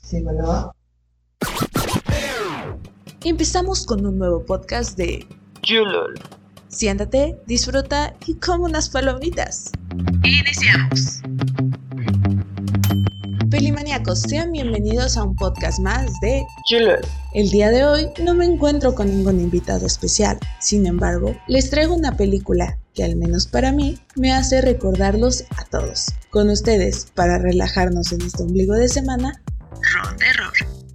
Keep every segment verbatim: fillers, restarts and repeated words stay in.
Sí, bueno. Empezamos con un nuevo podcast de Yulol. Siéntate, disfruta y come unas palomitas. Iniciamos. Pelimaníacos, sean bienvenidos a un podcast más de Yulol. El día de hoy no me encuentro con ningún invitado especial, sin embargo, les traigo una película que al menos para mí me hace recordarlos a todos. Con ustedes, para relajarnos en este ombligo de semana, Ron de Error.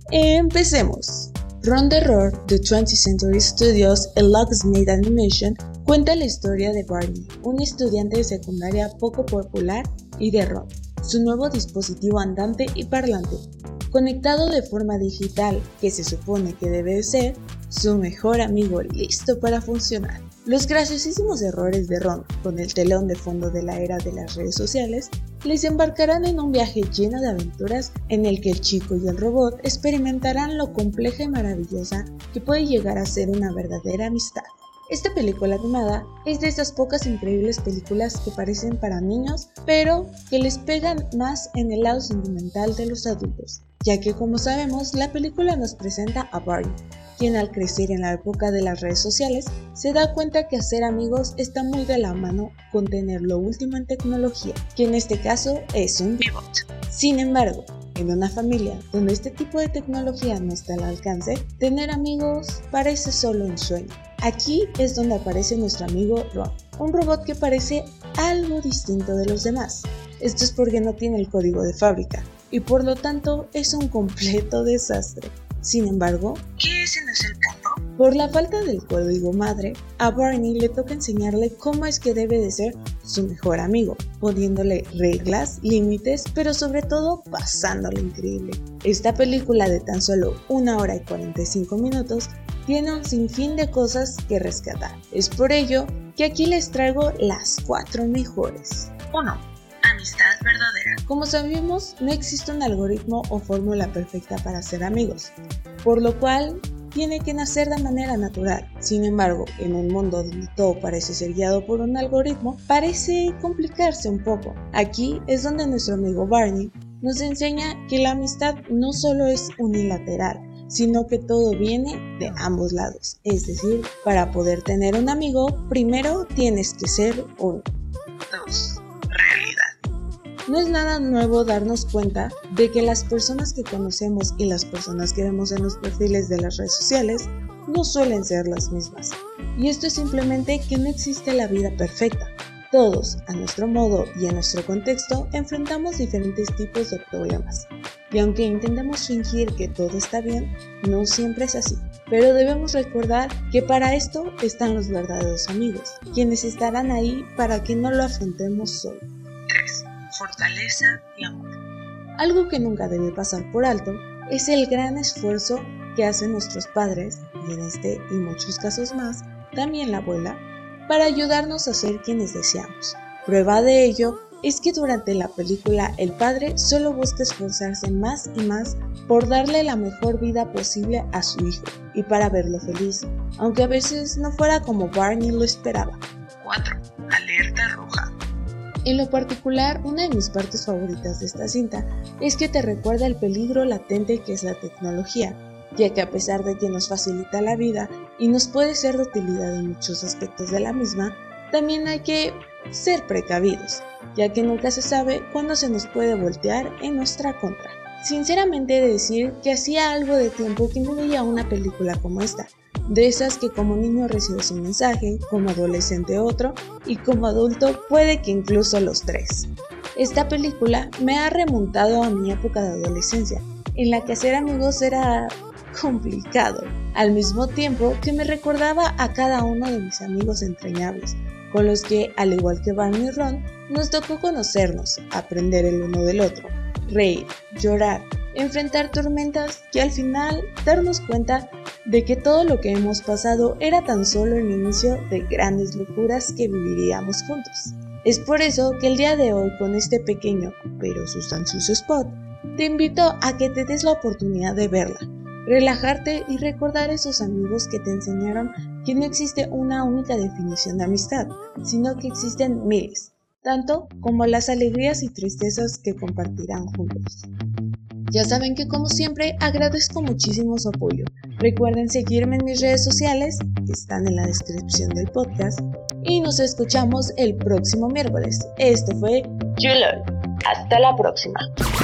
Empecemos. Ron de Error de twentieth Century Studios y Locksmith Animation cuenta la historia de Barney, un estudiante de secundaria poco popular, y de Ron, su nuevo dispositivo andante y parlante, conectado de forma digital, que se supone que debe de ser su mejor amigo listo para funcionar. Los graciosísimos errores de Ron, con el telón de fondo de la era de las redes sociales, les embarcarán en un viaje lleno de aventuras en el que el chico y el robot experimentarán lo compleja y maravillosa que puede llegar a ser una verdadera amistad. Esta película animada es de esas pocas increíbles películas que parecen para niños, pero que les pegan más en el lado sentimental de los adultos, ya que, como sabemos, la película nos presenta a Barney, quien al crecer en la época de las redes sociales se da cuenta que hacer amigos está muy de la mano con tener lo último en tecnología, que en este caso es un Bebot. Sin embargo, en una familia donde este tipo de tecnología no está al alcance, tener amigos parece solo un sueño. Aquí es donde aparece nuestro amigo Ron, un robot que parece algo distinto de los demás. Esto es porque no tiene el código de fábrica y por lo tanto es un completo desastre. Sin embargo, ¿qué ese no es el punto? Por la falta del código madre, a Barney le toca enseñarle cómo es que debe de ser su mejor amigo, poniéndole reglas, límites, pero sobre todo pasándolo increíble. Esta película de tan solo una hora y cuarenta y cinco minutos tiene un sinfín de cosas que rescatar. Es por ello que aquí les traigo las cuatro mejores. uno. Amistad verdadera. Como sabemos, no existe un algoritmo o fórmula perfecta para ser amigos, por lo cual tiene que nacer de manera natural. Sin embargo, en un mundo donde todo parece ser guiado por un algoritmo, parece complicarse un poco. Aquí es donde nuestro amigo Barney nos enseña que la amistad no solo es unilateral, sino que todo viene de ambos lados. Es decir, para poder tener un amigo, primero tienes que ser uno. dos. No es nada nuevo darnos cuenta de que las personas que conocemos y las personas que vemos en los perfiles de las redes sociales no suelen ser las mismas. Y esto es simplemente que no existe la vida perfecta. Todos, a nuestro modo y en nuestro contexto, enfrentamos diferentes tipos de problemas. Y aunque intentemos fingir que todo está bien, no siempre es así. Pero debemos recordar que para esto están los verdaderos amigos, quienes estarán ahí para que no lo afrontemos solo. tres. Fortaleza y amor. Algo que nunca debe pasar por alto es el gran esfuerzo que hacen nuestros padres, y en este y muchos casos más, también la abuela, para ayudarnos a ser quienes deseamos. Prueba de ello es que durante la película el padre solo busca esforzarse más y más por darle la mejor vida posible a su hijo y para verlo feliz, aunque a veces no fuera como Barney lo esperaba. cuatro. Alerta roja. En lo particular, una de mis partes favoritas de esta cinta es que te recuerda el peligro latente que es la tecnología, ya que a pesar de que nos facilita la vida y nos puede ser de utilidad en muchos aspectos de la misma, también hay que ser precavidos, ya que nunca se sabe cuándo se nos puede voltear en nuestra contra. Sinceramente he de decir que hacía algo de tiempo que no veía una película como esta, de esas que como niño recibes un mensaje, como adolescente otro, y como adulto puede que incluso los tres. Esta película me ha remontado a mi época de adolescencia, en la que hacer amigos era complicado, al mismo tiempo que me recordaba a cada uno de mis amigos entrañables, con los que, al igual que Barney y Ron, nos tocó conocernos, aprender el uno del otro, reír, llorar, enfrentar tormentas y al final darnos cuenta de que todo lo que hemos pasado era tan solo el inicio de grandes locuras que viviríamos juntos. Es por eso que el día de hoy, con este pequeño pero sustancioso spot, te invito a que te des la oportunidad de verla, relajarte y recordar esos amigos que te enseñaron que no existe una única definición de amistad, sino que existen miles, tanto como las alegrías y tristezas que compartirán juntos. Ya saben que como siempre agradezco muchísimo su apoyo. Recuerden seguirme en mis redes sociales, que están en la descripción del podcast, y nos escuchamos el próximo miércoles. Esto fue YOLO. Hasta la próxima.